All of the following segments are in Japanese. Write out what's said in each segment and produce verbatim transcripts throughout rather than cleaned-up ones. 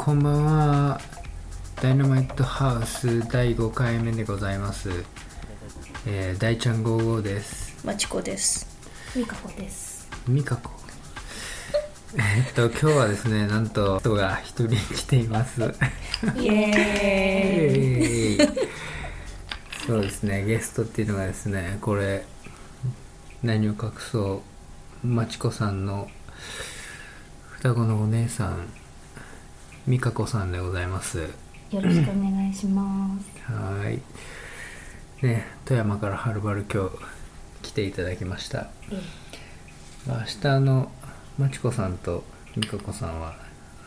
こんばんは。ダイナマイトハウスだいごかいめでございます。えー、大ちゃんごじゅうごです。 まちこです。 みかこです。 みかこえっと今日はですね、なんと人が一人来ていますイエーイそうですね、ゲストっていうのがですね、これ何を隠そうまちこさんの双子のお姉さんみかこさんでございます。 よろしくお願いします。 はい。ね、富山からはるばる今日来ていただきました。 え明日あのまちこさんとみかこさんはあの、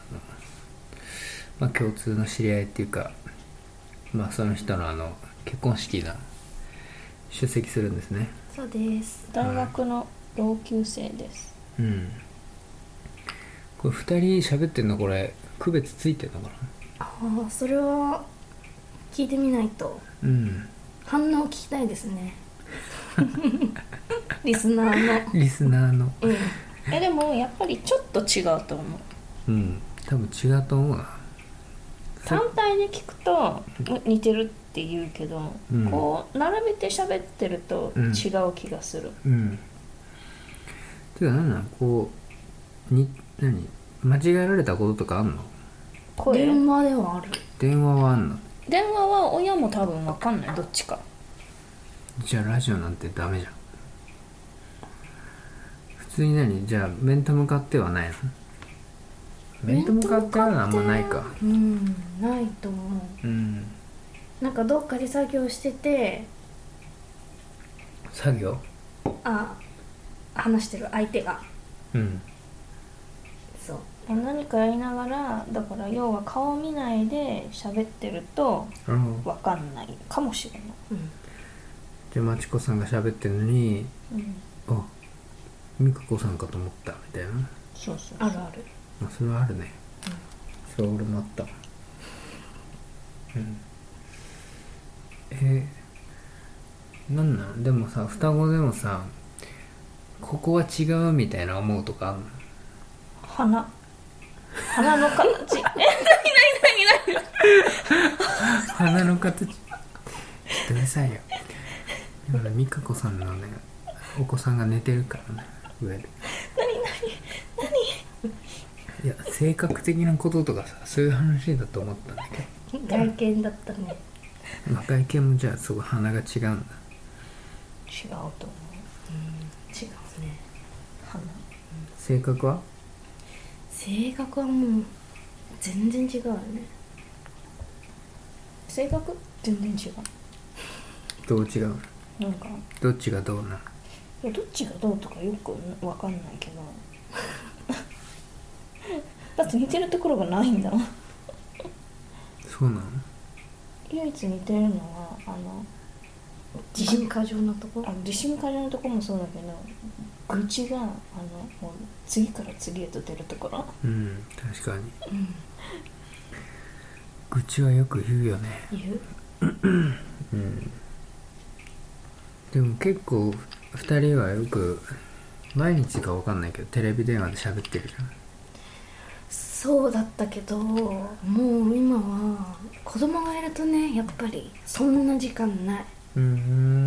まあ、共通の知り合いっていうか、まあその人のあの結婚式が出席するんですね。 そうです。 大学の同級生です。 うん。これふたり喋ってんの、これ区別ついてんのかな。 ああ、それは聞いてみないと。 うん。 反応聞きたいですね。リスナーの。 リスナーの。 うん。 えでもやっぱりちょっと違うと思う。 うん。多分違うと思うな。 単体で聞くと似てるって言うけど、うん、こう並べて喋ってると違う気がする。 うん。うん、てか何なの、こうに何間違えられたこととかあんの？ 声電話ではある。 電話はあんの？ 電話は親も多分分かんない、どっちか。 じゃあラジオなんてダメじゃん。普通に何、じゃあ面と向かってはないの？面と向かってはあんまないか。 うん、ないと思う。 うん。 なんかどっかで作業してて、 作業？ あ、話してる相手が。 うん。 そう。 何かやりながら、だから要は顔見ないで喋ってると分かんないかもしれない。 うん。 でまちこさんが喋ってるのに、 うん、 あ、みかこさんかと思ったみたいな。 そうそうそう、 あるある。 あ、それはあるね。うん、それは俺もあった。うん。えー、なんなん、でもさ、双子でもさ、ここは違うみたいな思うとかあるの？ 鼻鼻の形え、なになになになに鼻の形、ちょっとうるさいよ。今ね、みかこさんのね、お子さんが寝てるからね、上で。 なになになに。 いや、性格的なこととかさ、そういう話だと思ったんだけど。 外見だったね。 まあ、外見もじゃあすごい鼻が違うんだ。 違うと思う。 うん、違うね。 鼻。 性格は？ 性格はもう全然違うよね。 性格全然違う。 どう違うの？ なんかどっちがどうなの？ いや、どっちがどうとかよくわかんないけどだって似てるところがないんだもん。 そうなの？ 唯一似てるのはあの自信過剰なところ。 あ、自信過剰なところもそうだけど、愚痴があのもう次から次へと出るところ。 うん、確かに。 うん、 愚痴はよく言うよね。 言う。 うん。でも結構ふたりはよく毎日かわかんないけどテレビ電話で喋ってるじゃん。 そうだったけど、もう今は子供がいるとね、やっぱりそんな時間ない。 うん。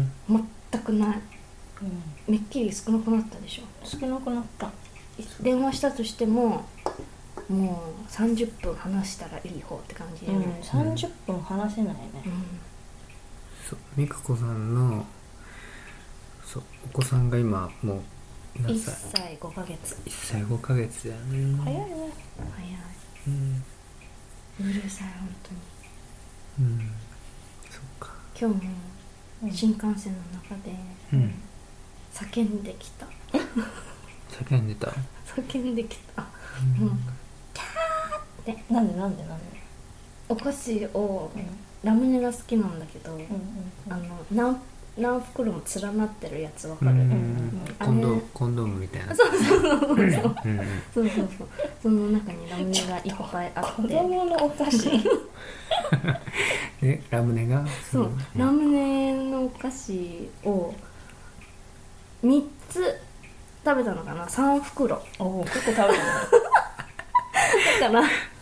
全くない。 うん、 めっきり少なくなったでしょ。 少なくなった。 電話したとしてももうさんじゅっぷん話したらいい方って感じで、ね、 うん、さんじゅっぷん話せないね。 うん、 そう、みかこさんのそうお子さんが今もう何いっ歳？ さいごかげつ。 いっさいごかげつだよね。 早いね。 早い。 うん。 うるさい本うん。そっか。 当に。今日も新幹線の中で、 うん、 叫んできた。 叫んでた？ 叫んできた。 うん。 うん、キャーって。 なんでなんでなんで。 お菓子を、 うん、 ラムネが好きなんだけど、うんうん、 うん、 あの何何袋も連なってるやつわかる？うんうん、 うん、 コンドコンドームみたいな。 そうそうそうそうそう、うん、 うん、 そうそうそう、その中にラムネがいっぱいあって、 子供のお菓子でラムネがそう、 うん、 ラムネのお菓子をみっつ食べたのかな、さん袋。 おお、結構食べたねだから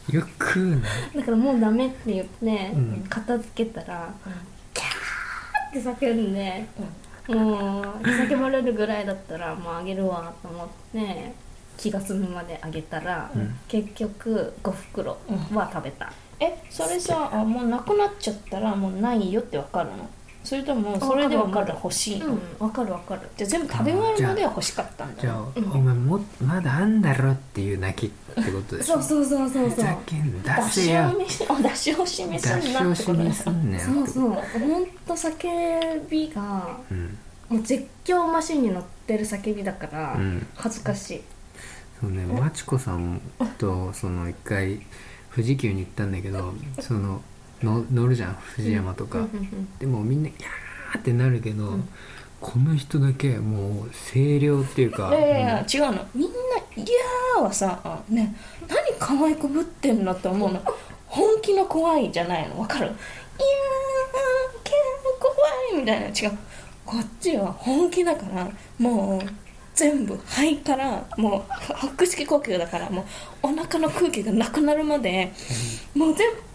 よく食うな。 だからもうダメって言って、 うん片付けたら、キャーって叫んで、もう叫ばれるぐらいだったらもうあげるわと思って気が済むまであげたら、 うん、 結局ご袋は食べた。 えそれさあもうなくなっちゃったらもうないよってわかるの？それともそれでもまだ欲しいの？ うん、わかるわかる。 じゃあ全部食べ終わるまでは欲しかったんだ。 じゃあ、 うん、 お前もまだあんだろっていう泣きってことでしょ。 そうそうそうそうそう。 ふざけん出出しせよ。 惜しみ出し惜しみす出んなってし惜しみことですすんなよ。 そうそう。ほんと叫びが、 うん。 もう絶叫マシンに乗ってる叫びだから、 うん、 恥ずかしい。 そうね、まちこさんとその一回富士急に行ったんだけど、そのの乗るじゃん富士山とか、 うんうんうんでもみんなギャーってなるけど、 うん、 この人だけもう声量っていうか、 いやいやいや違うの。みんな「いやー」はさね何可愛くぶってんのって思うの。本気の怖いじゃないの分かる？いやーけー怖いみたいな。違う、こっちは本気だからもう全部肺からもう腹式呼吸だからもうお腹の空気がなくなるまでもう全部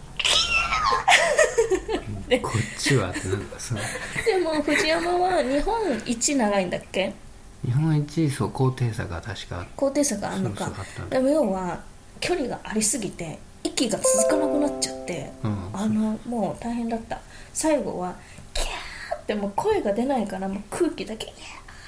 でこっちはってなんかさでも藤山は日本一長いんだっけ？ 日本一そう高低差が確か高低差があるのか。 そうそうあったんだ。 でも要は距離がありすぎて息が続かなくなっちゃって、 うん、 あのもう大変だった。最後はキャーってもう声が出ないからもう空気だけキャー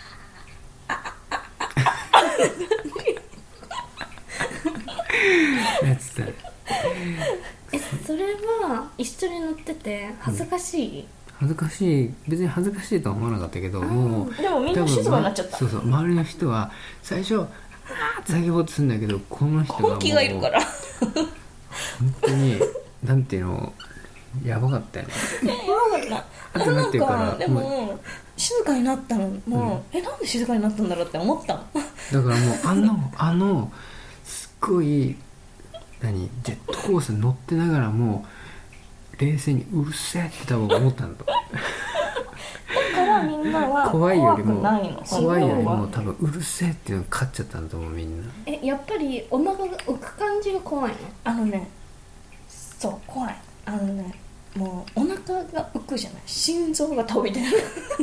やつだ。 えそれは一緒に乗ってて恥ずかしい？ 恥ずかしい、別に恥ずかしいとは思わなかったけど、もうでもみんな静かになっちゃった。 そうそう、周りの人は最初あーって叫ぼうとするんだけど、この人がもう本気がいるから本当になんていうのやばかったよね。 ねやばかった。 あとなってるからなんかでも静かになったのもう、うん、えなんで静かになったんだろうって思ったの。 だからもうあのあのすっごい何ジェットコース乗ってながらも冷静にうるせえって多分思ったんだと。 だからみんなは怖いよりも怖くないの。 怖いよりも多分うるせえっていうのが勝っちゃったんだと思うみんな。 えやっぱりお腹が浮く感じが怖いの？ あのねそう怖い。あのねもうお腹が浮くじゃない、心臓が飛び出る、うん、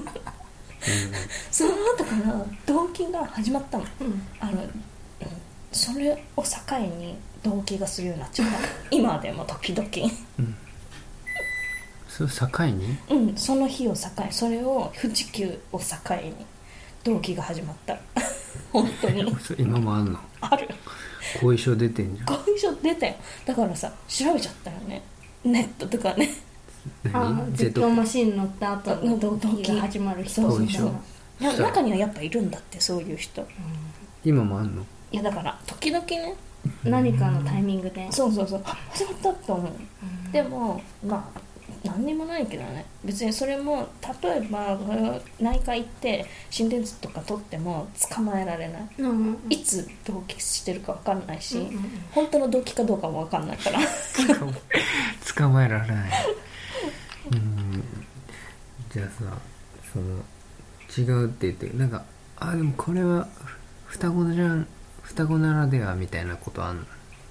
その後から動悸が始まったの、うん、あの、うん、それを境に動悸がするようになっちゃった今でも時々、 うん、それを境にうんその日を境にそれを富士急を境に動悸が始まった本当に今もあんの？ ある。 後遺症出てんじゃん。 後遺症出たよ。だからさ調べちゃったよねネットとかね。 あ絶叫マシン乗った後の動悸が始まる人。 後遺症。 いや中にはやっぱいるんだってそういう人、うん、 今もあんの？ いやだから時々ね何かのタイミングでそうそうそう始まったと思う、うん、でもまあ何にもないけどね別にそれも例えば内科行って心電図とか取っても捕まえられない、うんうんうん、いつ動悸してるか分かんないし、うんうんうん、本当の動悸かどうかも分かんないから捕まえられないうんじゃあさその違うって言ってなんかあでもこれは双子じゃん双子ならではみたいなことあんの？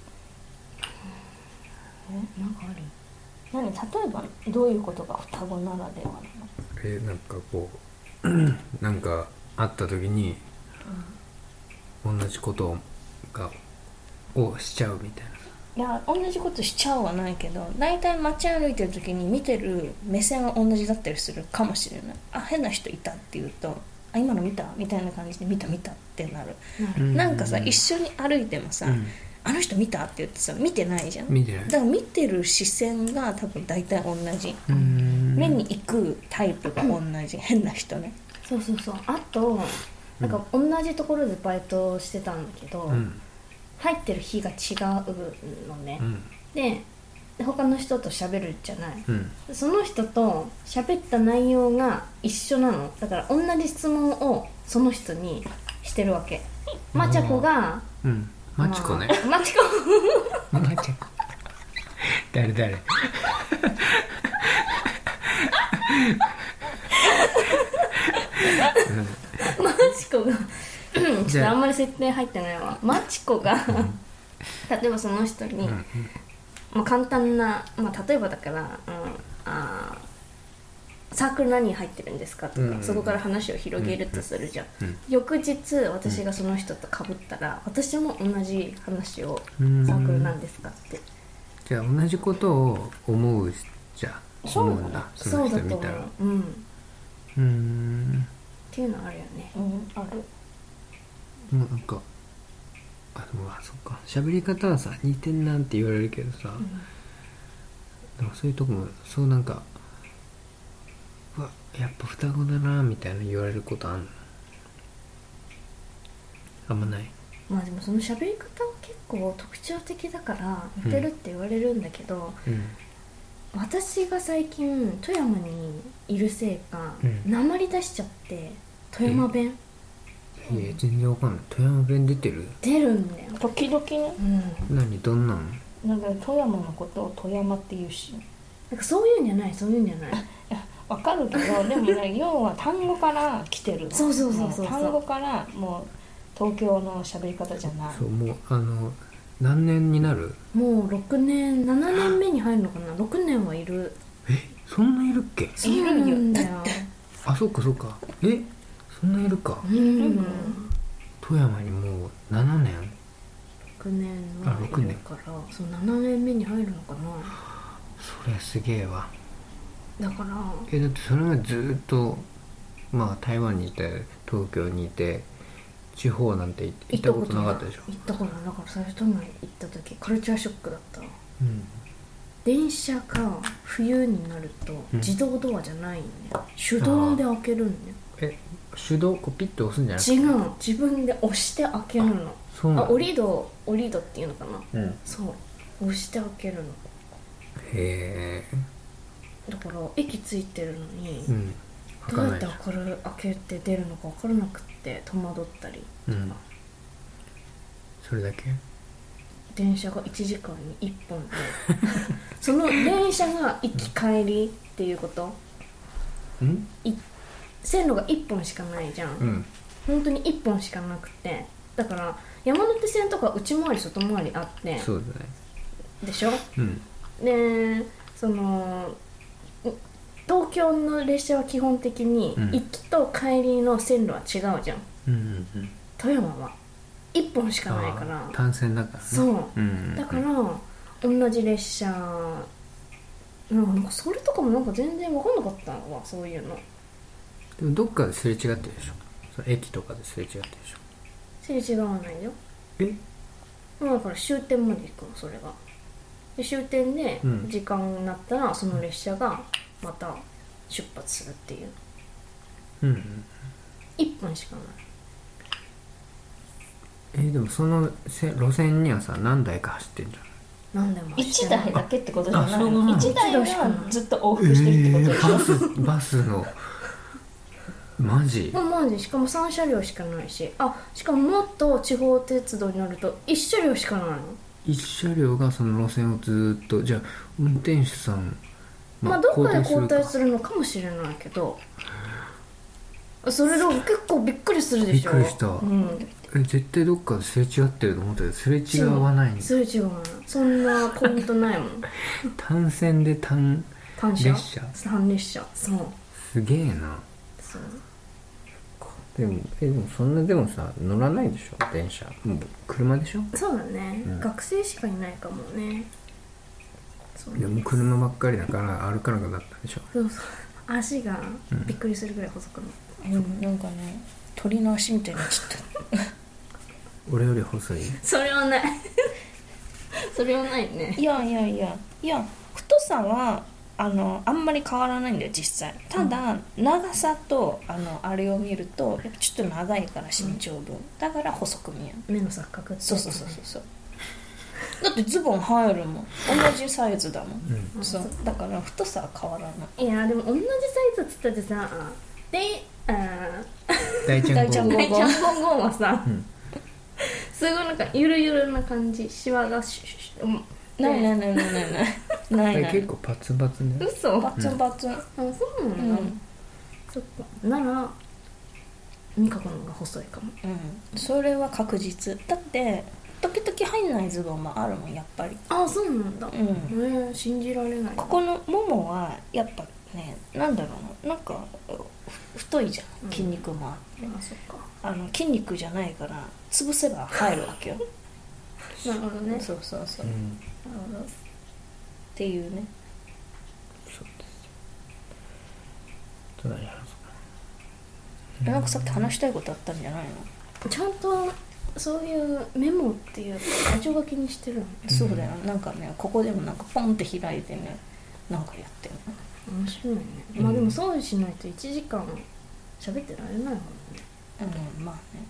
えなんかある？何例えばどういうことが双子ならではなの？ えなんかこうなんか会った時に、うん、同じことがをしちゃうみたいな。 いや同じことしちゃうはないけど大体街歩いてる時に見てる目線は同じだったりするかもしれない。あ変な人いたって言うとあ今の見たみたいな感じで見た見たってなる、うん、なんかさ一緒に歩いてもさ、うん、あの人見たって言ってさ見てないじゃん。 見てない。 だから見てる視線が多分大体同じ。目に行くタイプが同じ、うん、変な人ね。 そうそうそう。あとなんか同じところでバイトしてたんだけど、うん、入ってる日が違うのね、うん、で他の人と喋るじゃない、うん、その人と喋った内容が一緒なの。だから同じ質問をその人にしてるわけ。まちゃこがうんマチコね。 マチコマチコ誰誰マチコがちょっとあんまり設定入ってないわ。マチコが例えばその人に、うんまあ、簡単な、まあ、例えばだから、うん、あサークル何入ってるんですかとか、うん、そこから話を広げるとするじゃん、うん、翌日私がその人と被ったら、うん、私も同じ話をサークルなんですかって、 じゃあ同じことを思うじゃ思うんだその人見たらう、うん、うーんっていうのあるよね、 うん、あるもうなんかあでもあそっか喋り方はさ似てんなんて言われるけどさ、うん、でもそういうとこもそうなんかうわやっぱ双子だなみたいな言われることあんのあんまない。 まあでもその喋り方は結構特徴的だから似てるって言われるんだけど、うんうん私が最近富山にいるせいか、うん、訛り出しちゃって富山弁いや全然わかんない。富山弁出てる出るんだよ時々ね、 うん、何どんなのなんか富山のことを富山って言うしなんかそういうんじゃないそういうんじゃないわかるけどでもね要は単語から来てるのそうそうそうそう単語からもう東京の喋り方じゃないそうもうあの何年になるもうろくねんななねんめに入るのかなろくねんはいるえそんないるっけいるんだよあそっかそっかえそんないるかうん、うん、 富山にもうななねんろくねんはいるからそうななねんめに入るのかなそれすげえわだからえだってそれがずっとまあ台湾にいて東京にいて地方なんて行ったことなかったでしょ。 行ったことないだから最初都内行った時カルチャーショックだった、うん、電車が冬になると自動ドアじゃないんだよ、うん、手動で開けるんだよ。 え手動こうピッと押すんじゃない？ 違う自分で押して開けるの。 そうなの？ あ、折り戸折り戸っていうのかな、 うん、 そう押して開けるの。 へえだから駅ついてるのに、 うん、 どうやって開る開けて出るのか分からなくって戸惑ったりとか、うん、 それだけ電車がいちじかんにいっぽんでその電車が行き帰りっていうことんい線路がいっぽんしかないじゃん、うん、本当にいっぽんしかなくてだから山手線とか内回り外回りあってそうだねでしょ、 うん、 でその東京の列車は基本的に行きと帰りの線路は違うじゃん、 うんうんうん、 富山はいっぽんしかないから単線だからねそう、 うんうん、 だから同じ列車なんかそれとかもなんか全然分かんなかったわそういうの。 でもどっかですれ違ってるでしょその駅とかですれ違ってるでしょ。 すれ違わないよ。 えだから終点まで行くのそれがで終点で時間になったらその列車がまた出発するっていう、 うんうん、 いっぽんしかない。 えー、でもその路線にはさ何台か走ってんじゃん。 何台もいちだいだけってことじゃない。 いちだいがずっと往復してるってことでしょ、 えー、バスバスのマジマジしかもさんしゃりょうしかないしあしかももっと地方鉄道になるといちしゃりょうしかないの。 いち車両がその路線をずっとじゃあ運転手さんまあどっかで交代するのかもしれないけどそれでも結構びっくりするでしょ。 びっくりした、うん、え絶対どっかですれ違ってると思ったけどすれ違わないんだ。 すれ違わないそんなポイントないもん単線で単列車単列車そうすげえな。 そうでもえでもそんなでもさ乗らないでしょ電車もう車でしょ。 そうだね、うん、学生しかいないかもね。 そうでも車ばっかりだから歩かなくなったでしょ。 そうそう足がびっくりするぐらい細くなった、 うん、なんかね鳥の足みたいになっちゃった俺より細いそれはないそれはないね。 いやいやいやいや太さはあのあんまり変わらないんだよ実際。ただ、うん、長さとあのあれを見るとやっぱちょっと長いから身長分、うん、だから細く見える。 目の錯覚って。 そうそうそうそうだってズボン入るもん同じサイズだもん、うん、そうだから太さは変わらない。 いやでも同じサイズっつったってさであ大ちゃんご大ちゃんごごはさ、うん、すごいなんかゆるゆるな感じシワがシュシュシュないないないないないないない結構パツパツね。 嘘パツパツ、うん、 あそうなの、うん、そっかなら美香子の方が細いかも、 うん、それは確実だって時々入んないズボンもあるもんやっぱり。 あ、そうなんだ。 うん、 えー、信じられない。 ここのももはやっぱね、なんだろうな、なんか太いじゃん、筋肉もあって、うん、あ、そっか、あの筋肉じゃないから潰せば入るわけよなるほどね。 そうそうそう、うん、なるほどっていうね。 そうです。何話そうか。 なんかさっき話したいことあったんじゃないの？ ちゃんとそういうメモっていうか箇条書きにしてるの、 うん、そうだよ。なんかね、ここでもなんかポンって開いてね、なんかやってるの。 面白いね、うん、まあでもそうしないといちじかん喋ってられないもんね。 うん、まあね。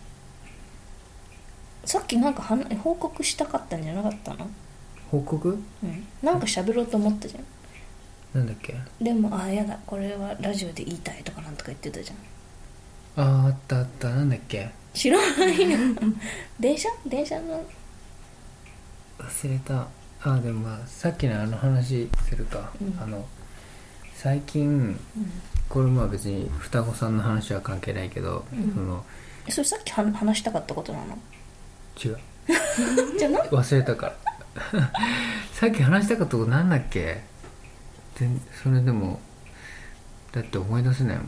さっきなんかは報告したかったんじゃなかったの？ 報告？ うん、なんか喋ろうと思ったじゃん。 なんだっけ？ でもああやだ、これはラジオで言いたいとかなんとか言ってたじゃん。 ああ、あったあった、なんだっけ？ 知らないよ電車電車の忘れた。ああ、でもまあさっきのあの話するか、うん、あの最近、うん、これまあ別に双子さんの話は関係ないけど、うん、そのそれさっきは話したかったことなの？ 違うじゃあな忘れたからさっき話したかったことなんだっけ？でそれでもだって思い出せないもん。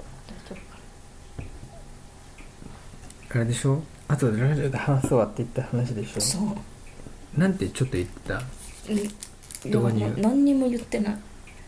あれでしょ？あとでラジオで話そうって言った話でしょ？ そう。 なんてちょっと言ってた？ どうに何にも言ってない。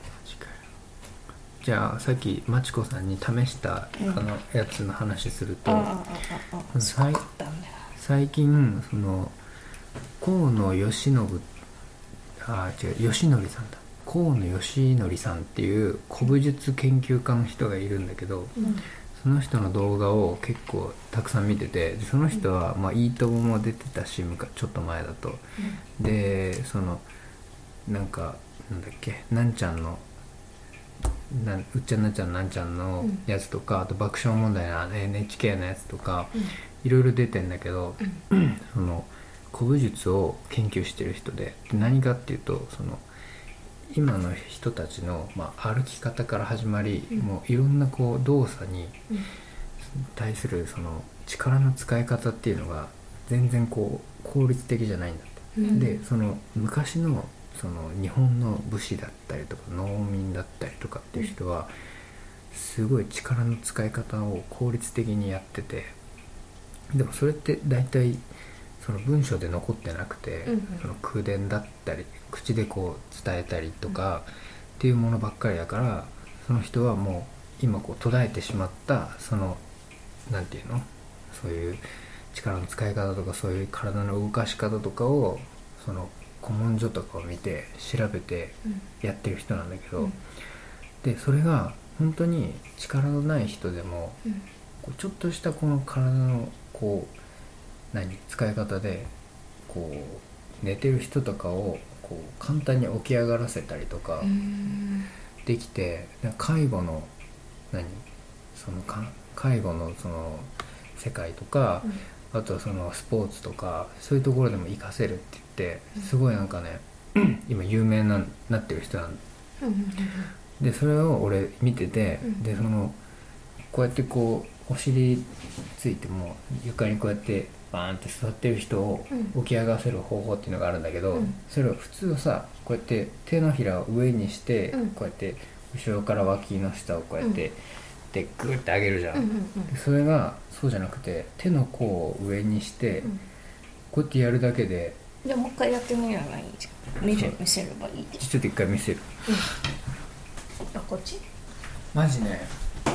じゃあさっきまちこさんに試した、うん、あのやつの話すると、 あああああ最, 最近その河野義信あ違う義則さんだ河野義則さんっていう古武術研究家の人がいるんだけど、うん、その人の動画を結構たくさん見てて、その人は、まあ、いいともも出てたしちょっと前だと、うん、でそのなんかなんだっけなんちゃんのなうっちゃんなっちゃんなんちゃんのやつとか、うん、あと爆笑問題の エヌエイチケー のやつとか、うん、いろいろ出てんだけど、うん、その古武術を研究してる人 で, で何かっていうとその今の人たちの、まあ、歩き方から始まり、うん、もういろんなこう動作に対するその力の使い方っていうのが全然こう効率的じゃないんだって、うん、でその昔のその日本の武士だったりとか農民だったりとかっていう人はすごい力の使い方を効率的にやってて、でもそれって大体その文章で残ってなくて、うんうん、その口伝だったり口でこう伝えたりとかっていうものばっかりだから、その人はもう今こう途絶えてしまったそのなんていうのそういう力の使い方とかそういう体の動かし方とかをその古文書とかを見て調べてやってる人なんだけど、うん、でそれが本当に力のない人でも、うん、こうちょっとしたこの体のこう何使い方でこう寝てる人とかをこう簡単に起き上がらせたりとかできて、介護の何そのか介護のその世界とか、うん、あとはそのスポーツとかそういうところでも活かせるって言ってすごいなんかね、うん、今有名ななってる人なんで、それを俺見てて、うん、でそのこうやってこうお尻ついても床にこうやってバーンって座ってる人を起き上がらせる方法っていうのがあるんだけど、うん、それを普通はさこうやって手のひらを上にして、うん、こうやって後ろから脇の下をこうやって、うん、でグーって上げるじゃん、うんうんうん、でそれがそうじゃなくて手の甲を上にして、うん、こうやってやるだけで。 じゃあもう一回やってみればいいじゃん。見る見せればいいでしょ。 ちょっと一回見せる、 うん、あこっちマジね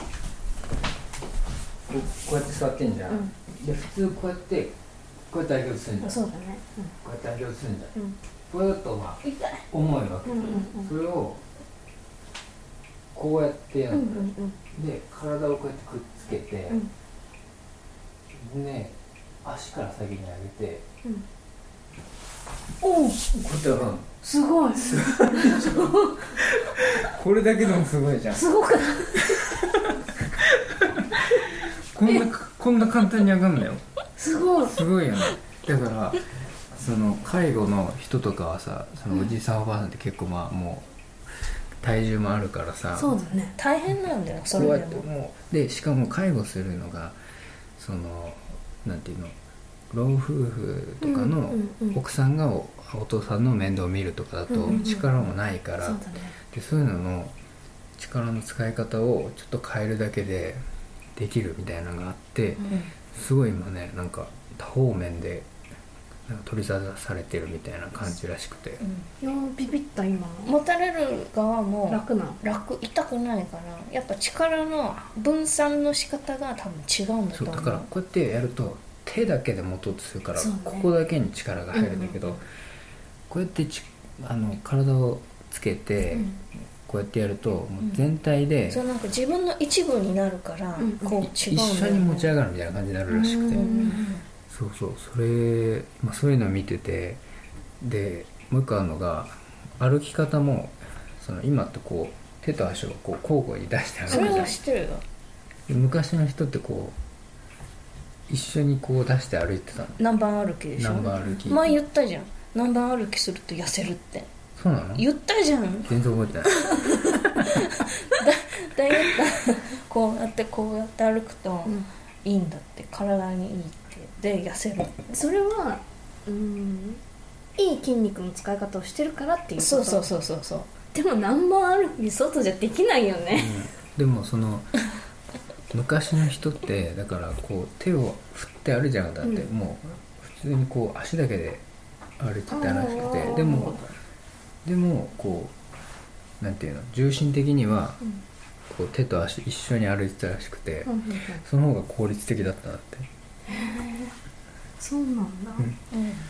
こうやって座ってんじゃん、うん、で普通こうやってこうやって上げようとするんじゃん。 そうだね、うん、 こうやって上げようとするんじゃん、うん、これだとまあ重いわけ、うんうんうん、それをこうやってやるんだ、うんうんうん、で体をこうやってくっつけて、うん、で足から先に上げて、うん、おおこうやってやるの。 すごいこれだけでもすごいじゃん。 すごくないこんなこんな簡単に上がるんだよ。 すごいすごいよね。だからその介護の人とかはさ、そのおじさんおばあさんって結構まあもう体重もあるからさ、 そうだね、大変なんだよそれでも。 もうでしかも介護するのがそのなんていうの老夫婦とかの奥さんが お, お父さんの面倒を見るとかだと力もないから、うんうんうん、そうだね、でそういうのの力の使い方をちょっと変えるだけでできるみたいなのがあって、うん、すごい今ねなんか多方面でなんか取り沙汰されてるみたいな感じらしくて、 うん、いやビビった今持たれる側も楽な楽痛くないからやっぱ力の分散の仕方が多分違うんだと思う。 そうだからこうやってやると手だけで持とうとするから、ね、ここだけに力が入るんだけど、うんうんうん、こうやってちあの体をつけて、うん、こうやってやるともう全体で、 うん、そうなんか自分の一部になるから、うん、こう違うんだよね、 一緒に持ち上がるみたいな感じになるらしくて、うんうんうん、そうそうそれ、まあ、そういうのを見てて、でもう一個あるのが歩き方もその今ってこう手と足をこう交互に出して歩くじゃん。 それは知ってるよ。 昔の人ってこう一緒にこう出して歩いてたの。 何番歩きでしょ。 何番歩き。 前言ったじゃん。何番歩きすると痩せるって。 そうなの？ 言ったじゃん。 全然覚えてない。だだいたいこうやってこうやって歩くといいんだって、体にいいってで痩せる。 それはうーんいい筋肉の使い方をしてるからっていうこと。 そうそうそうそうそう。 でも何番歩き外じゃできないよね。 うん、でもその。昔の人ってだからこう手を振って歩いちゃうんだって、うん、もう普通にこう足だけで歩いてたらしくて、でもでもこうなんていうの重心的にはこう手と足一緒に歩いてたらしくて、うん、その方が効率的だったなって。へえ、そうなんだ、うん、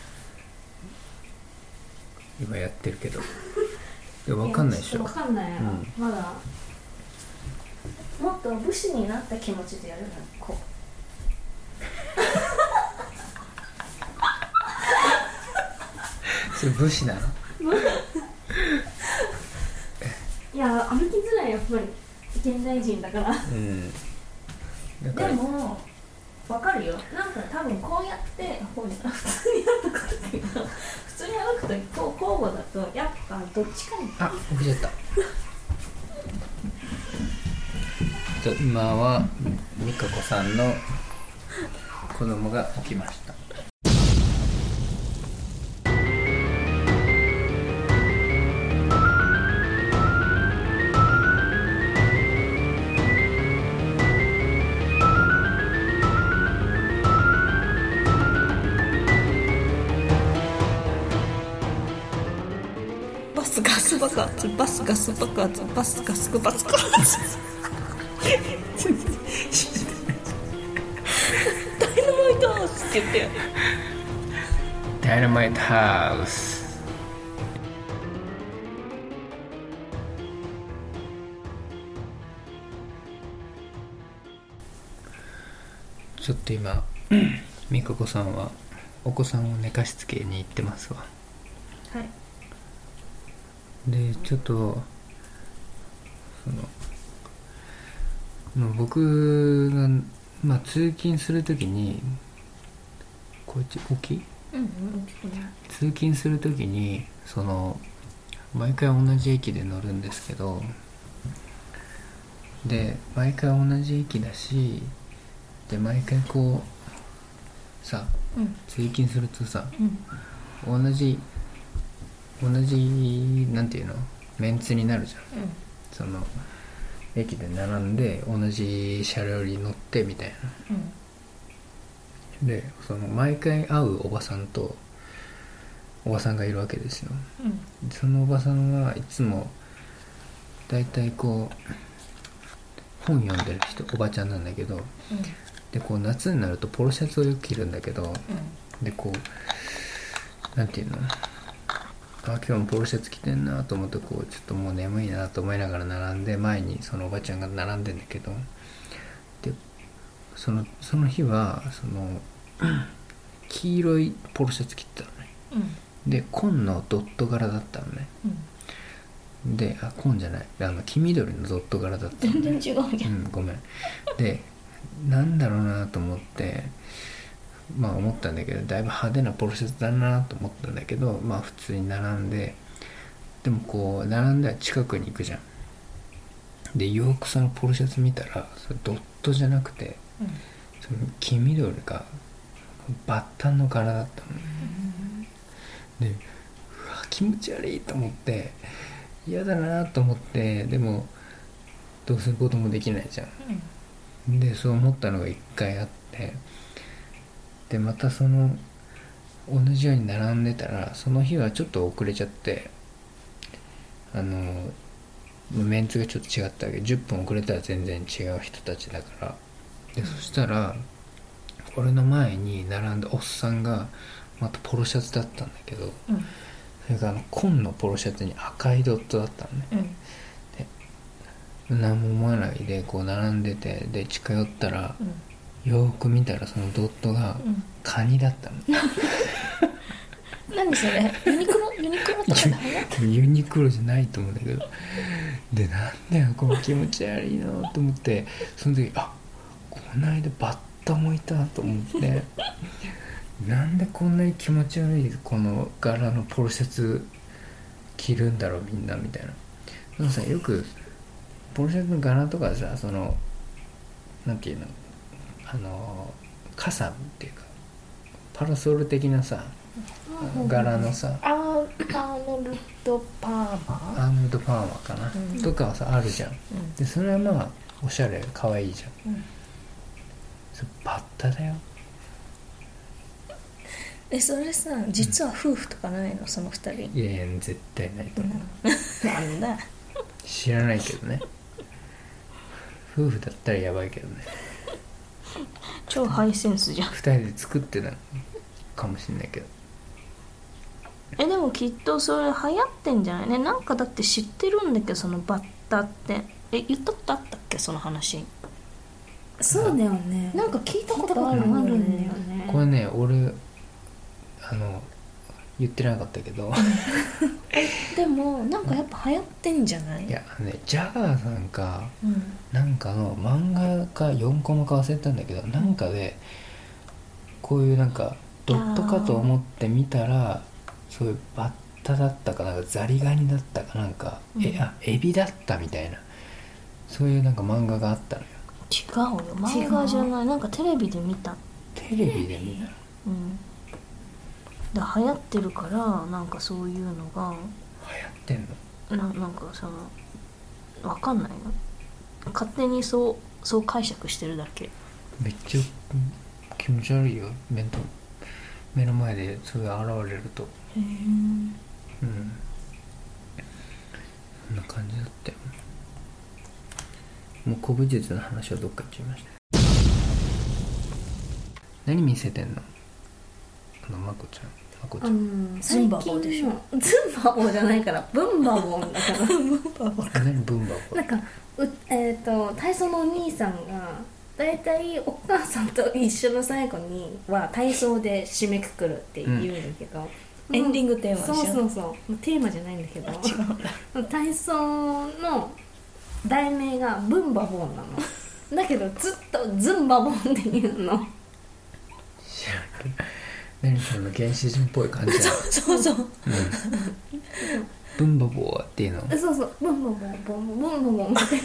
今やってるけどで分かんないでしょ。 分かんないよ、うん、まだもっと武士になった気持ちでやるのこうそれ武士なの？ いや歩きづらいやっぱり現代人だから、うん、 だからでも分かるよ。なんか多分こうやってこう普通に歩くっていうか普通に歩くとこう交互だとやっぱどっちかにあ起きちゃった今は美香子さんの子供が起きました。 バスガス爆発バスガス爆発バスガス爆発ダイナマイトハウスって言ってよ。 ダイナマイトハウス。ちょっと今美香子さんはお子さんを寝かしつけに行ってますわ。 はい。 でちょっとその僕が、まあ、通勤するときにこっち大きい、 うんうん、大きくない。 通勤するときにその毎回同じ駅で乗るんですけど、で毎回同じ駅だし、で毎回こうさ、うん、通勤するとさ、うん、同じ同じなんていうのメンツになるじゃん、うん、その駅で並んで同じ車両に乗ってみたいな、うん、でその毎回会うおばさんとおばさんがいるわけですよ、うん、そのおばさんはいつもだいたいこう本読んでる人おばちゃんなんだけど、うん、でこう夏になるとポロシャツをよく着るんだけど、うん、でこうなんていうのあ今日もポロシャツ着てんなと思ってこうちょっともう眠いなと思いながら並んで前にそのおばちゃんが並んでんだけど、でそのその日はその黄色いポロシャツ着てたのね、うん、で紺のドット柄だったのね、うん、であ紺じゃないあの黄緑のドット柄だったの、ね、 全然違うじゃん、 うん、ごめんでなんだろうなと思ってまあ思ったんだけどだいぶ派手なポロシャツだなと思ったんだけど、まあ普通に並んで、でもこう並んで近くに行くじゃん。でよくそのポロシャツ見たらそれドットじゃなくて、うん、その黄緑がバッタの柄だったの、うん、でうわ気持ち悪いと思って嫌だなと思って、でもどうすることもできないじゃん、うん、でそう思ったのが一回あって、でまたその同じように並んでたら、その日はちょっと遅れちゃって、あのメンツがちょっと違ったわけ。じゅっぷん遅れたら全然違う人たちだから。でそしたら俺の前に並んだおっさんがまたポロシャツだったんだけど、うん、それがあの紺のポロシャツに赤いドットだったのね、うん、で何も思わないでこう並んでて、で近寄ったら、うん、よーく見たらそのドットがカニだったの、 うん、何それユニクロユニクロとかで流行ったユニクロじゃないと思うんだけど、でなんだよこの気持ち悪いなと思って、その時あこの間バッタもいたと思ってなんでこんなに気持ち悪いこの柄のポロシャツ着るんだろうみんなみたいな。でもさ、よくポロシャツの柄とかさ、そのなんていうの、あの傘っていうかパラソル的なさ柄のさ、 アーノルドパーマアーノルドパーマかな、うん、とかはさあるじゃん、うん、でそれはまあおしゃれ可愛いじゃん、うん、それバッタだよ。 えそれさ実は夫婦とかないの、うん、その二人。 いやいや絶対ないと思う、 うん、なんだ知らないけどね夫婦だったらやばいけどね超ハイセンスじゃん。 二人で作ってたかもしれないけど。 えでもきっとそれ流行ってんじゃないね。なんかだって知ってるんだけど、そのバッタってえ言ったことあったっけその話。 そうだよね、 なんか聞いたことあるんだよね。 これね俺あの言ってなかったけどでもなんかやっぱ流行ってんじゃない。 いやねジャガーさんか、うん、なんかの漫画かよんコマか忘れたんだけど、なんかでこういうなんかドットかと思って見たらそういうバッタだったかなんかザリガニだったかなんか、うん、えあエビだったみたいな、そういうなんか漫画があったのよ。 違うよ漫画じゃない、なんかテレビで見た。 テレビで見た。 うんで流行ってるからなんかそういうのが流行ってんの な, なんかさわかんないの勝手にそうそう解釈してるだけ。 めっちゃ気持ち悪いよ。目の目の前でそれが現れると。へえ。うんそんな感じだったよ。もう古武術の話はどっか行っちゃいました。何見せてんのあのまこちゃん。まこちゃん、 うん、ズンバボでしょ。ズンバボじゃないからブンバボンだからブンバボか。 何ブンバボなんかう、えー、と体操のお兄さんがだいたいお母さんと一緒の最後には体操で締めくくるって言うんだけど、 うん、エンディングテーマでしょ。 そうそうそうテーマじゃないんだけど体操の題名がブンバボンなのだけどずっとズンバボンって言うの。 知らんけど何その原始人っぽい感じだ。 そうそうそう、うん、 ブンバボーっていうの。 そうそうブンバボーボンブンバボーって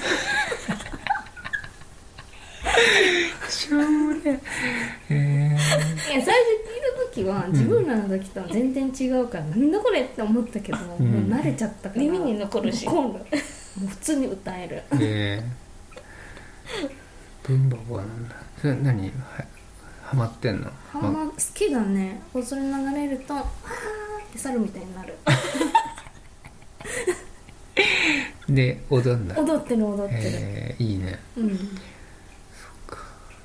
しょうもねえ。いや最初聞いた時は自分らの時とは全然違うから、うん、なんだこれって思ったけど、うん、もう慣れちゃったから耳に残るしもう普通に歌える。 えー、ブンバボーなんだ。それ何ハマってんの。 ハマ好きだね。それ流れるとはーって猿みたいになるで踊んだ。 踊ってる踊ってる、 えー、いいね。うんそっか。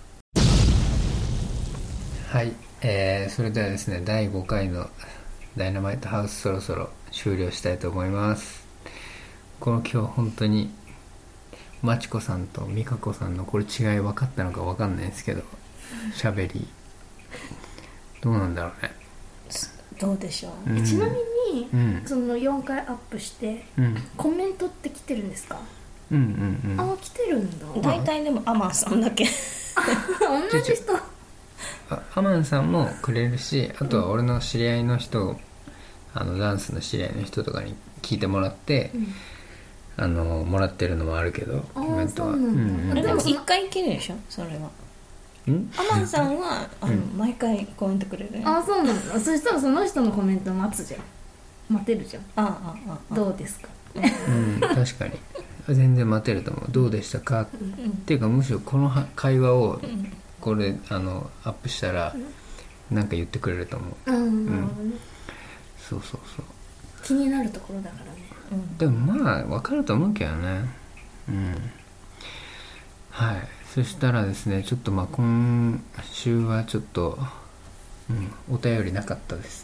はい、えー、それではですねだいごかいのダイナマイトハウスそろそろ終了したいと思います。この今日本当にまちこさんとみかこさんのこれ違い分かったのか分かんないですけど喋りどうなんだろうね。 どうでしょう、 うん、ちなみに、うん、そのよんかいアップして、うん、コメントって来てるんですか。うんうんうん。あ来てるんだ。 大体でもアマンさんだけ同じ人。 あアマンさんもくれるし、あとは俺の知り合いの人、あのダンスの知り合いの人とかに聞いてもらって、うん、あのもらってるのもあるけどコメントは。 そうなんだ、うんうん、 でもいっかいきりでしょそれは。 んアマンさんはあの、うん、毎回コメントくれるね。 あ、そうなんだ。そしたらその人のコメント待つじゃん。待てるじゃん。 ああああどうですか。 うん、確かに全然待てると思う。どうでしたか、うん、っていうかむしろこの会話をこれあのアップしたらなんか言ってくれると思う。 うん、うん、 そうそうそう。 気になるところだからね。 うん、でもまあ分かると思うけどね。うん。はい。そしたらですね、ちょっとまあ今週はちょっと、うん、お便りなかったです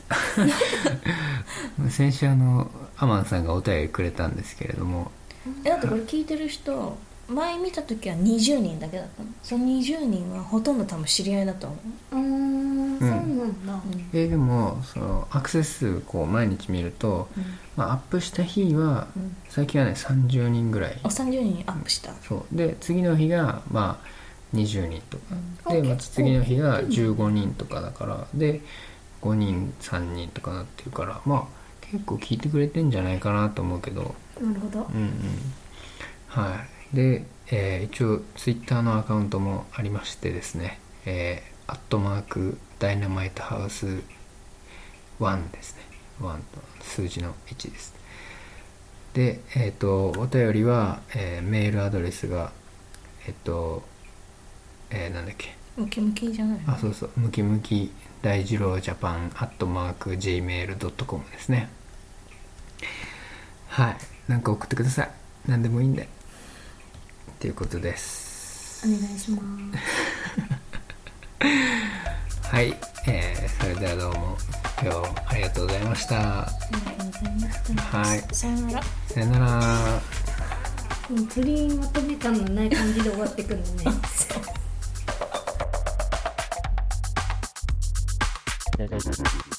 先週あのアマンさんがお便りくれたんですけれども、 えだってこれ聞いてる人前見た時はにじゅうにんだけだったの。そのにじゅうにんはほとんど多分知り合いだと思う。 うーん、そうなんだ、うん、 えでもそのアクセス数こう毎日見ると、うん、まあ、アップした日は、うん、最近はねさんじゅうにんぐらい。 あ、さんじゅうにんアップした。 そうで次の日がまあにじゅうにんとか、うん、でまた次の日がじゅうごにんとかだから、でごにんさんにんとかなってるから、まあ結構聞いてくれてんじゃないかなと思うけど。 なるほど。 うんうん。はい。で、えー、一応ツイッターのアカウントもありましてですね、えー、アットマークダイナマイトハウスいちですね。いちと数字のいちです。で、えっとお便りは、えー、メールアドレスがえっとえー、なんだっけ、 ムキムキじゃないの？ あ、そうそう、ムキムキ大二郎ジャパンアットマーク ジーメールドットコム ですね。はい、なんか送ってください。何でもいいんでっていうことです。 お願いしますはい、えー、それではどうも今日ありがとうございました。 ありがとうございました。 はい、 さよなら。 さよなら。 取りまとめ感のない感じで終わってくるのねそう